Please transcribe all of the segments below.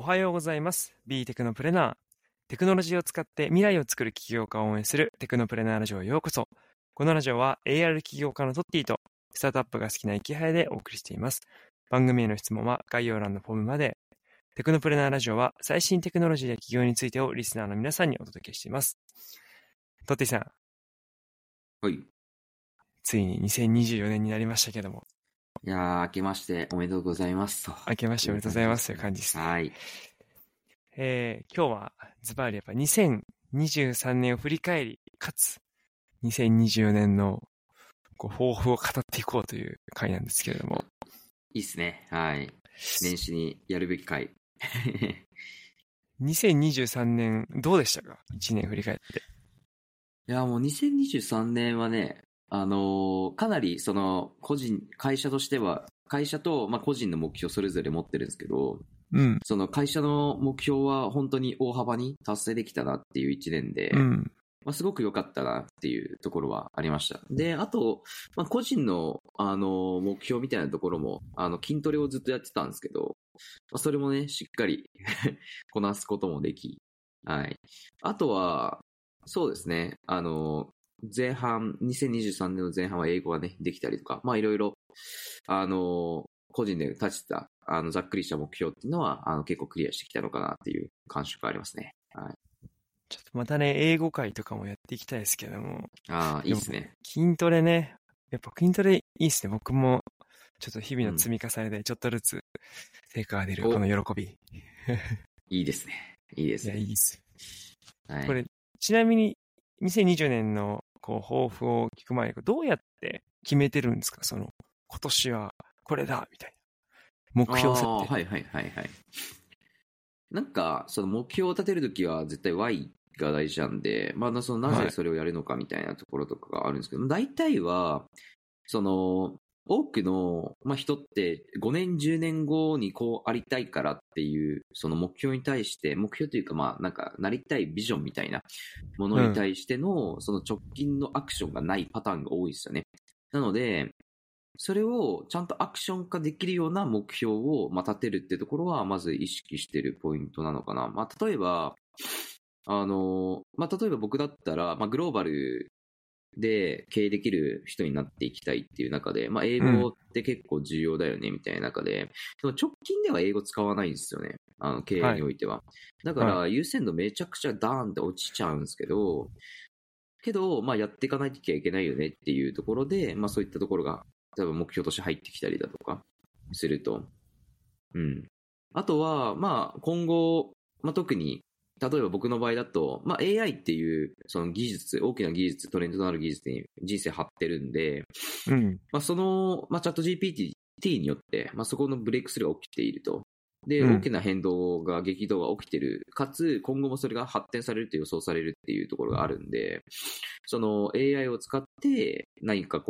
おはようございます。B テクノプレナー。テクノロジーを使って未来を作る起業家を応援するテクノプレナーラジオへようこそ。このラジオは AR 起業家のトッティとスタートアップが好きな生きはやでお送りしています。番組への質問は概要欄のフォームまで。テクノプレナーラジオは最新テクノロジーや起業についてをリスナーの皆さんにお届けしています。トッティさん。 はい。 ついに2024年になりましたけども。 いやー、明けましておめでとうございますと。 明けましておめでとうございますという感じですね。 はい。 今日はズバリやっぱ2023年を振り返り、かつ2024年の抱負を語っていこうという回なんですけれども。 いいっすね。はい。年始にやるべき回。 2023年どうでしたか ?1 年振り返って。 いや、もう2023年はね、かなりその会社としては、会社と個人の目標それぞれ持ってるんですけど、 うん。 その会社の目標は本当に大幅に達成できたなっていう1年で、 うん。 すごく良かったなっていうところはありました。で、あと、個人の、目標みたいなところも、筋トレをずっとやってたんですけど、それもね、しっかりこなすこともでき、はい。あとは、そうですね、2023年の前半は英語がね、できたりとか、いろいろ、個人で立てた、ざっくりした目標っていうのは、結構クリアしてきたのかなっていう感触がありますね。はい。 ちょっとまたね、英語会とかもやっていきたいですけども。 ああ、いいっすね。 筋トレね。やっぱ筋トレいいっすね。僕も、ちょっと日々の積み重ねでちょっとずつ成果が出る、この喜び。 いいですね。いいですね。 いや、いいっす。 はい。 これ、ちなみに、2020年の抱負を聞く前に、どうやって決めてるんですか？今年はこれだみたいな。目標設定。 はいはいはいはい。なんか、その目標を立てるときは絶対 Y が大事なんで、そのなぜそれをやるのかみたいなところとかがあるんですけど、大体は、その、多くの、人って5年、10年後にこうありたいからっていう、その目標に対して、目標というかなんかなりたいビジョンみたいなものに対しての、その直近のアクションがないパターンが多いですよね。なので、それをちゃんとアクション化できるような目標を立てるってところは、まず意識しているポイントなのかな。例えば、例えば僕だったら、グローバルで経営できる人になっていきたいっていう中で、英語って結構重要だよねみたいな中で、その直近では英語使わないんですよね。経営においては。はい、だから、優先度めちゃくちゃダーンって落ちちゃうんですけど、やっていかないといけないよねっていうところで、そういったところが、例えば目標として入ってきたりだとかすると。うん。あとは、今後、特に、例えば僕の場合だと、AI っていうその技術、大きな技術、トレンドのある技術に人生張ってるんで、 うん。 その、チャット GPT によって、そこのブレイクスルーが起きていると。で、大きな変動が、激動が起きてる。かつ、今後もそれが発展されると予想されるっていうところがあるんで、その AI を使って何か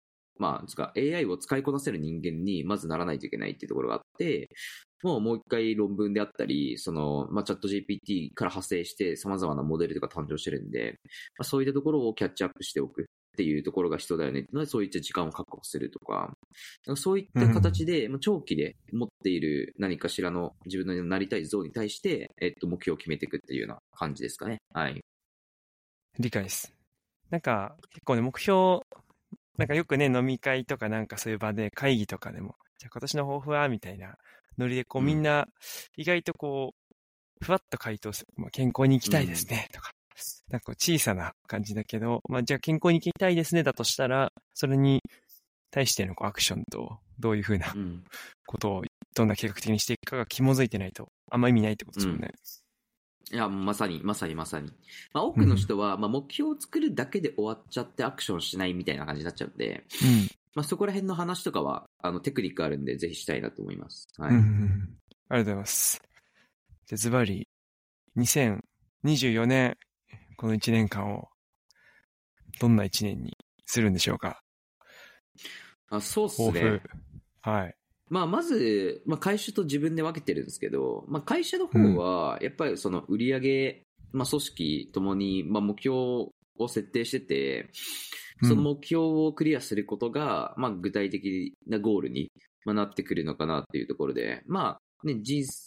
AI を使いこなせる人間にまずならないといけないっていうところがあって、もう一回論文であったり、その、チャット GPT から派生して様々なモデルとか誕生してるんで、そういったところをキャッチアップしておくっていうところが必要だよねっていうので、そういった時間を確保するとか、そういった形で、長期で持っている何かしらの自分のなりたい像に対して、目標を決めていくっていうような感じですかね。はい。 理解です。なんか、結構ね、目標、なんかよくね、飲み会とかなんかそういう場で会議とかでも、じゃあ今年の抱負はみたいなノリでみんな、意外とふわっと回答する。健康に行きたいですね、とか。なんか小さな感じだけど、じゃあ健康に行きたいですね、だとしたら、それに対してのアクションと、どういうふうなことを、どんな計画的にしていくかが紐づいてないと、あんま意味ないってことですもんね。 いや、まさに。多くの人は、目標を作るだけで終わっちゃってアクションしないみたいな感じになっちゃうんで、そこら辺の話とかは、テクニックあるんで、ぜひしたいなと思います。はい。 ありがとうございます。じゃあ、ズバリ、2024年、この1年間を、どんな1年にするんでしょうか？ そうっすね。 はい。 まず、会社と自分で分けてるんですけど、会社の方は、やっぱりその売上、組織ともに、目標を設定してて、その目標をクリアすることが、具体的なゴールになってくるのかなっていうところで、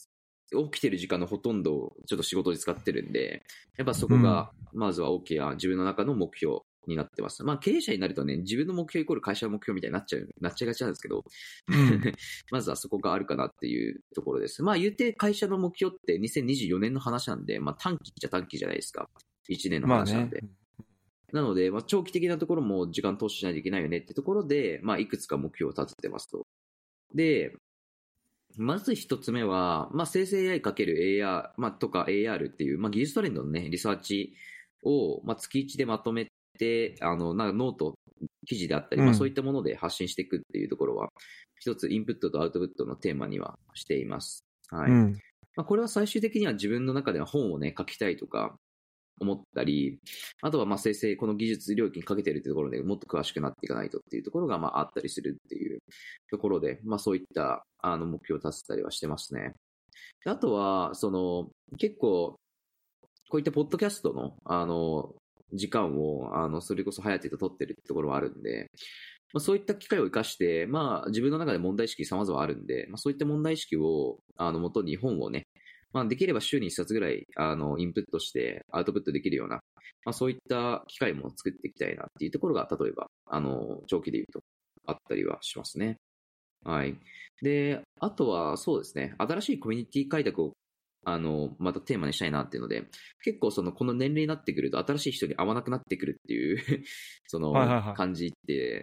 起きてる時間のほとんどをちょっと仕事で使ってるんで、やっぱそこが、まずは大きな自分の中の目標になってます。まあ経営者になるとね、自分の目標イコール会社の目標みたいになっちゃいがちなんですけど、まずはそこがあるかなっていうところです。まあ言うて会社の目標って2024年の話なんで、まあ短期じゃ短期じゃないですか。1年の話なんで。なので、まあ、長期的なところも時間投資しないといけないよねってところで、まあ、いくつか目標を立ててますと。で、まず一つ目は、まあ、生成 AI×AR、まあ、とか AR っていう、まあ、技術トレンドのね、リサーチを、まあ、月1でまとめて、なんかノート、記事であったり、まあ、そういったもので発信していくっていうところは、一つインプットとアウトプットのテーマにはしています。はい。まあ、これは最終的には自分の中では本をね、書きたいとか、思ったり、あとはまあ生成、この技術領域にかけてるっていうところでもっと詳しくなっていかないとっていうところがまああったりするっていうところで、まあそういった目標を立てたりはしてますね。あとは、結構、こういったポッドキャストの、時間を、それこそハヤテと取ってるってところはあるんで、まあ、そういった機会を生かして、まあ自分の中で問題意識様々あるんで、まあそういった問題意識を、元に本をね、まあ、できれば週に1冊ぐらい、インプットしてアウトプットできるような、まあ、そういった機会も作っていきたいなっていうところが、例えば、長期で言うと、あったりはしますね。はい。で、あとは、そうですね、新しいコミュニティ開拓を、またテーマにしたいなっていうので、結構この年齢になってくると、新しい人に会わなくなってくるっていう感じって、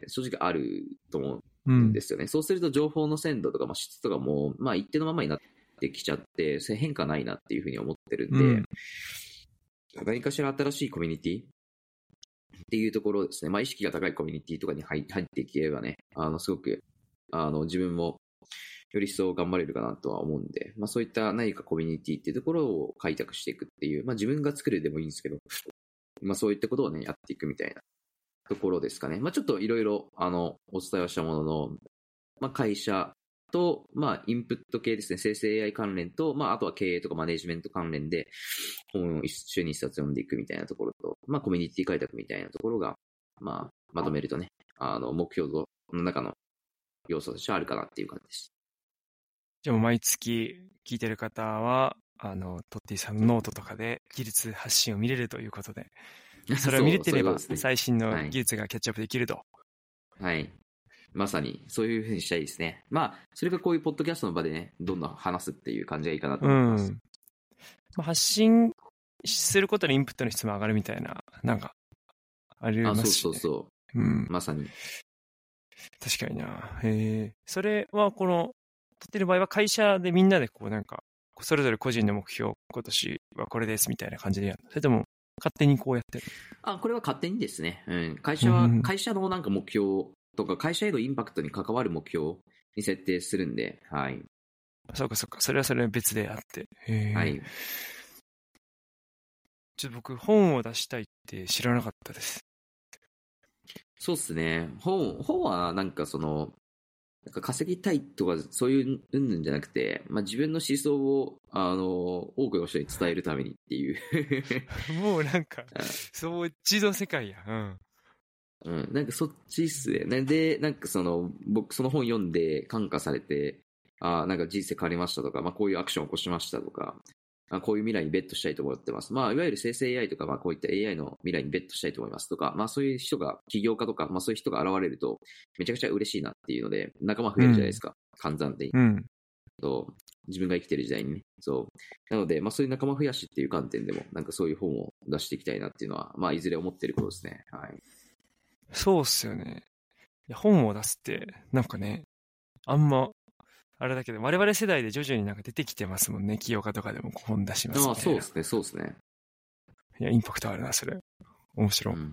正直あると思うんですよね。そうすると、情報の鮮度とか、まあ、質とかも、まあ、一定のままになってきちゃって、変化ないなっていうふうに思ってるんで、何かしら新しいコミュニティっていうところですね、まあ意識が高いコミュニティとかに入っていければね、すごく、自分もより一層頑張れるかなとは思うんで、まあそういった何かコミュニティっていうところを開拓していくっていう、まあ自分が作るでもいいんですけど、まあそういったことをね、やっていくみたいなところですかね。まあちょっといろいろ、お伝えはしたものの、まあ会社、と、まあ、インプット系ですね、生成 AI 関連と、まあ、あとは経営とかマネジメント関連で、本を週に一冊読んでいくみたいなところと、まあ、コミュニティ開拓みたいなところが、まあ、まとめるとね、目標の中の要素としてはあるかなっていう感じです。 じゃあ、毎月聞いてる方は、トッティさんのノートとかで技術発信を見れるということで、それを見れてれば、最新の技術がキャッチアップできると。 はい。まさに、そういうふうにしたいですね。まあ、それがこういうポッドキャストの場でね、どんどん話すっていう感じがいいかなと思います。 まあ、発信することでインプットの質も上がるみたいな、なんか、ありますし、ね。 そう。まさに。 確かにな。それは、撮ってる場合は会社でみんなでこうなんか、それぞれ個人の目標、今年はこれですみたいな感じでやるの？それとも、勝手にこうやってる？ これは勝手にですね。会社は、会社のなんか目標とか、会社へのインパクトに関わる目標に設定するんで、はい。 そうか。それはそれ別であって。 はい。 ちょっと僕、本を出したいって知らなかったです。 そうっすね。本はなんかなんか稼ぎたいとかそういううんぬんじゃなくて、まあ、自分の思想を多くの人に伝えるためにっていうもうなんかそっちの世界や。 なんかそっちっすね。で、なんか僕その本読んで感化されて、なんか人生変わりましたとか、まあこういうアクションを起こしましたとか、こういう未来にベットしたいと思ってます。まあいわゆる生成 AI とか、まあこういった AI の未来にベットしたいと思いますとか、まあそういう人が、起業家とか、まあそういう人が現れると、めちゃくちゃ嬉しいなっていうので、仲間増えるじゃないですか。換算的に。自分が生きてる時代にね。そう。なので、まあそういう仲間増やしっていう観点でも、なんかそういう本を出していきたいなっていうのは、まあいずれ思ってることですね。はい。 そうっすよね。本を出すって、なんかね、あんま、あれだけど、我々世代で徐々になんか出てきてますもんね。起業家とかでも本出しますみたいな。 そうですね。 いや、インパクトあるな、それ。面白い。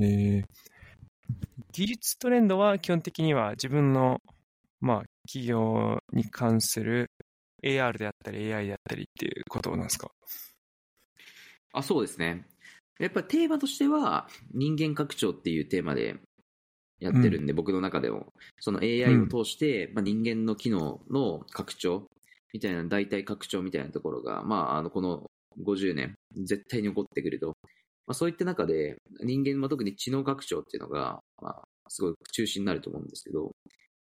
技術トレンドは基本的には自分の、まあ、企業に関する AR であったり AI であったりっていうことなんですか？ そうですね。やっぱテーマとしては人間拡張っていうテーマでやってるんで、僕の中でもその AI を通して、まあ、人間の機能の拡張みたいな代替拡張みたいなところが、まあ、この50年絶対に起こってくると、まあ、そういった中で人間は特に知能拡張っていうのが、まあ、すごい中心になると思うんですけど、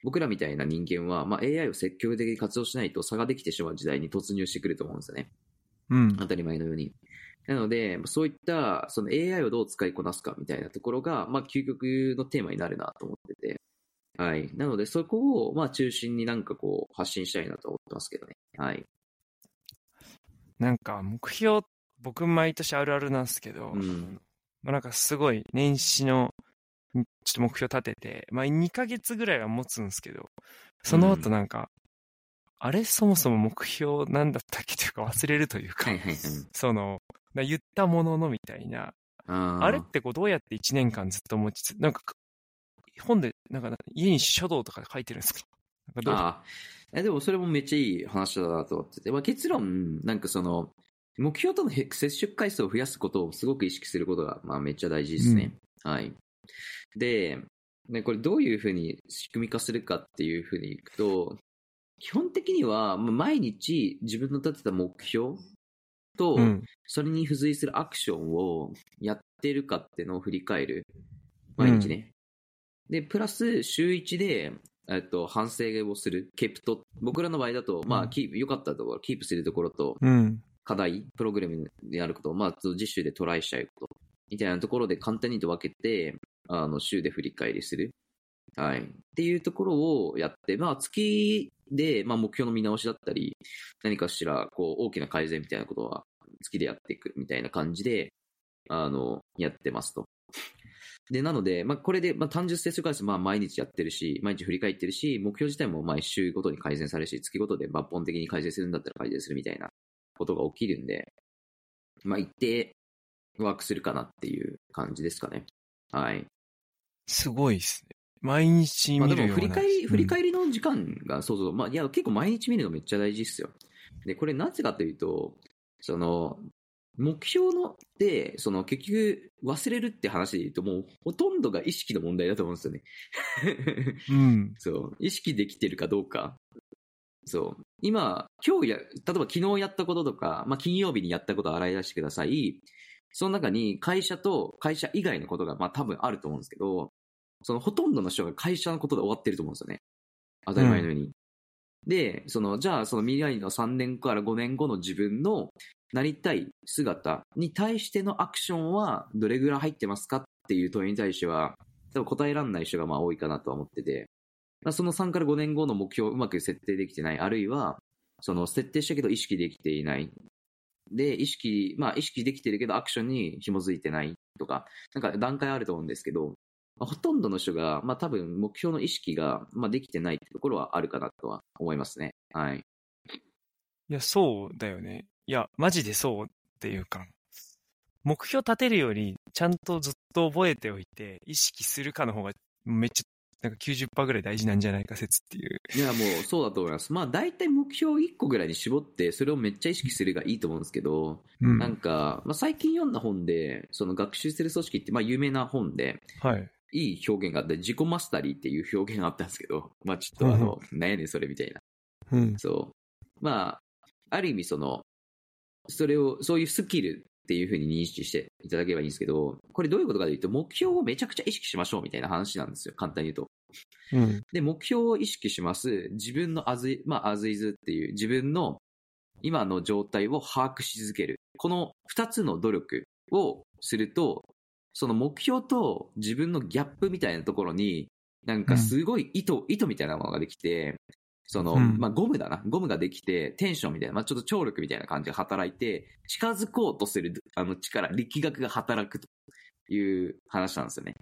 僕らみたいな人間は、まあ、AI を積極的に活用しないと差ができてしまう時代に突入してくると思うんですよね。当たり前のように。なので、そういったその AI をどう使いこなすかみたいなところが、まあ、究極のテーマになるなと思ってて。はい。なので、そこを、まあ、中心になんかこう、発信したいなと思ってますけどね。はい。 なんか、目標、僕毎年あるあるなんですけど、まあ、なんかすごい年始のちょっと目標立てて、まあ2ヶ月ぐらいは持つんですけど、その後なんか、あれそもそも目標なんだったっけというか忘れるというか、その、言ったもののみたいな、あれってこうどうやって1年間ずっと持ちつ、なんか、本で、なんか家に書道とかで書いてるんですか？なんかでもそれもめっちゃいい話だなと思ってて、まあ、結論、なんかその、目標との接触回数を増やすことをすごく意識することが、まあ、めっちゃ大事ですね。はい。で、ね、これどういうふうに仕組み化するかっていうふうにいくと、基本的には毎日自分の立てた目標と、それに付随するアクションをやってるかっていうのを振り返る。毎日ね。で、プラス週1で、反省をする。ケプト。僕らの場合だと、まあ、良かったところ、キープするところと、課題、プログラムにあることを、まあ、実習でトライしちゃうこと。みたいなところで簡単にと分けて、週で振り返りする。はい。っていうところをやって、まあ、月で、まあ、目標の見直しだったり、何かしら、こう、大きな改善みたいなことは、月でやっていくみたいな感じで、やってますと。で、なので、まあ、これで、まあ、単純接触回数、まあ、毎日やってるし、毎日振り返ってるし、目標自体も毎週ごとに改善されるし、月ごとで抜本的に改善するんだったら改善するみたいなことが起きるんで、まあ、一定ワークするかなっていう感じですかね。はい。 すごいですね。毎日見るような。まあ、でも振り返りの時間が、そうそう、まあ、いや、結構毎日見るのめっちゃ大事ですよ。で、これなぜかというと、その、目標ので、その結局忘れるって話で言うともうほとんどが意識の問題だと思うんですよね。そう。意識できてるかどうか。そう。今日例えば昨日やったこととか、まあ金曜日にやったことを洗い出してください。その中に会社と会社以外のことがまあ多分あると思うんですけど、そのほとんどの人が会社のことで終わってると思うんですよね。当たり前のように。で、じゃあその未来の3年から5年後の自分のなりたい姿に対してのアクションはどれぐらい入ってますかっていう問いに対しては、多分答えられない人がまあ多いかなとは思ってて、その3から5年後の目標をうまく設定できてない、あるいは、その設定したけど意識できていない。で、意識できてるけどアクションに紐づいてないとか、なんか段階あると思うんですけど、ほとんどの人が、まあ多分目標の意識が、まあ、できてないってところはあるかなとは思いますね。はい。 いや、そうだよね。いや、マジでそうっていうか、目標立てるより、ちゃんとずっと覚えておいて、意識するかの方が、めっちゃ、なんか 90% ぐらい大事なんじゃないか説っていう。 いや、もうそうだと思います。まあ、大体目標1個ぐらいに絞って、それをめっちゃ意識するがいいと思うんですけど、なんか、まあ、最近読んだ本で、その学習する組織って、まあ、有名な本で、 はい。 いい表現があって、自己マスタリーっていう表現があったんですけど、まあ、ちょっとなんやねんそれみたいな。そう。まあ、ある意味そういうスキルっていう風に認識していただければいいんですけど、これどういうことかというと、目標をめちゃくちゃ意識しましょうみたいな話なんですよ。簡単に言うと。で、目標を意識します。自分のas is っていう自分の今の状態を把握し続ける。この2つの努力をすると、その目標と自分のギャップみたいなところに、なんかすごい糸みたいなものができて、まあ、ゴムができて、テンションみたいな、まあ、ちょっと張力みたいな感じが働いて、近づこうとする、力学が働くという話なんですよね。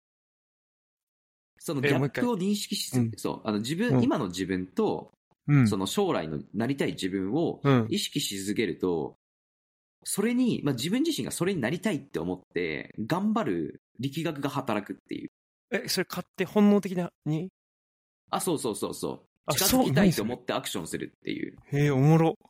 そのギャップを認識し、そう、今の自分と、その将来のなりたい自分を意識し続けると、それに、まあ、自分自身がそれになりたいって思って、頑張る力学が働くっていう。 それ勝手本能的なに？ そう。近づきたいと思ってアクションするっていう。 へえ、おもろ。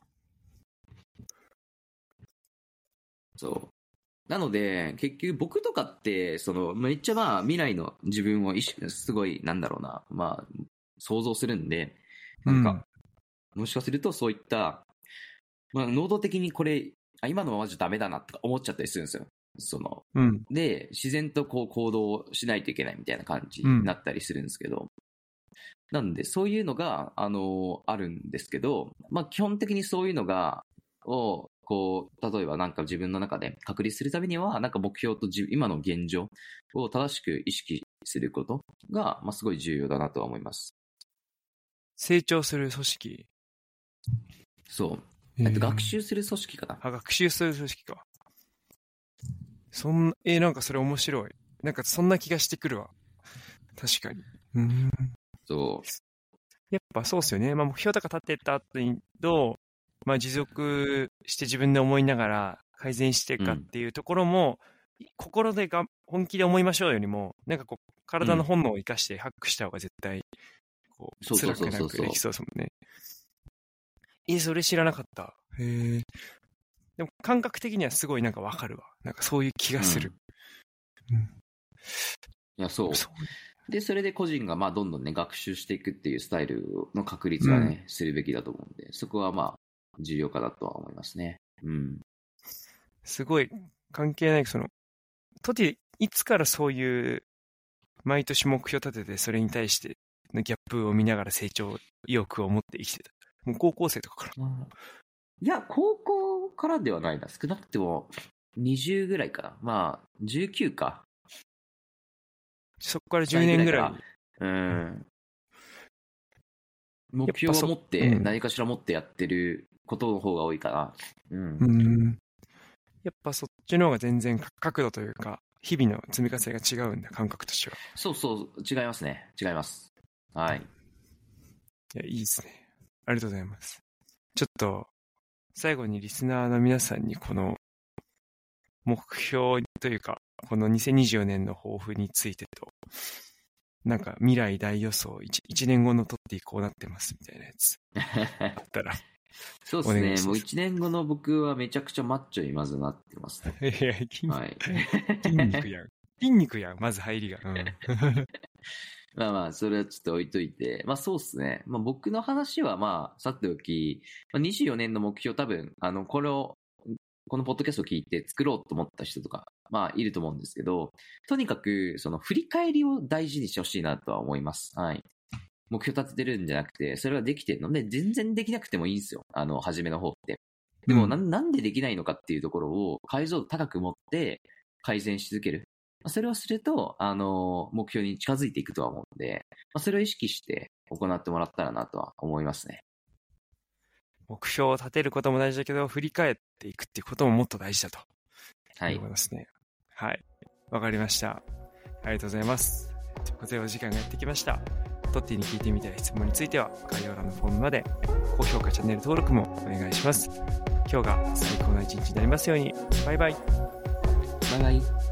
そう。なので、結局僕とかって、めっちゃまあ未来の自分をすごい、なんだろうな、まあ、想像するんで、なんか、もしかするとそういった、まあ、能動的にこれ、今のままじゃダメだなとか思っちゃったりするんですよ。で、自然とこう行動しないといけないみたいな感じになったりするんですけど、 なんで、そういうのが、あるんですけど、まあ、基本的にそういうのを、こう、例えばなんか自分の中で確立するためには、なんか目標と今の現状を正しく意識することが、まあ、すごい重要だなとは思います。 成長する組織。 そう。学習する組織かな。 学習する組織か。なんかそれ面白い。なんかそんな気がしてくるわ。確かに。 そう。 やっぱそうっすよね。まあ目標とか立てた後にまあ持続して自分で思いながら改善していくかっていうところも、心で本気で思いましょうよりも、なんかこう、体の本能を生かしてハックした方が絶対、こう、辛くなくできそうですもんね。それ知らなかった。へえ。でも感覚的にはすごいなんかわかるわ。なんかそういう気がする。 いや、そう。で、それで個人がまあどんどんね、学習していくっていうスタイルの確立はね、するべきだと思うんで、そこはまあ、重要かなとは思いますね。 すごい関係ない、トティ、いつからそういう毎年目標立てて、それに対してのギャップを見ながら成長意欲を持って生きてた。もう高校生とかから。 いや、高校からではないな。少なくても20ぐらいかな。まあ、19か。 そこから10年ぐらい。 目標を持って、何かしら持ってやってることの方が多いかな。 やっぱそっちの方が全然角度というか、日々の積み重ねが違うんだ、感覚としては。 そうそう、違いますね。違います。はい。 いや、いいですね。ありがとうございます。ちょっと、最後にリスナーの皆さんにこの目標というか、この2024年の抱負についてと、なんか未来大予想 1年後のトッティこうなってますみたいなやつあったらそうですね。もう1年後の僕はめちゃくちゃマッチョにまずなってます、ね。 いや、筋肉やん。筋肉やん、まず入りが。 まあまあ、それはちょっと置いといて。まあそうですね。まあ僕の話はまあ、さておき、24年の目標多分、このポッドキャストを聞いて作ろうと思った人とか、まあいると思うんですけど、とにかく、振り返りを大事にしてほしいなとは思います。はい。目標立ててるんじゃなくて、それができてるので、全然できなくてもいいんですよ。初めの方って。でも、なんでできないのかっていうところを解像度高く持って改善し続ける。それをすると、目標に近づいていくとは思うんで、それを意識して行ってもらったらなとは思いますね。 目標を立てることも大事だけど、振り返っていくっていうことももっと大事だと。 はい。 思いますね。はい。わかりました。ありがとうございます。ということでお時間がやってきました。トッティに聞いてみたい質問については概要欄のフォームまで、高評価、チャンネル登録もお願いします。今日が最高な一日になりますように。バイバイ。 バイバイ。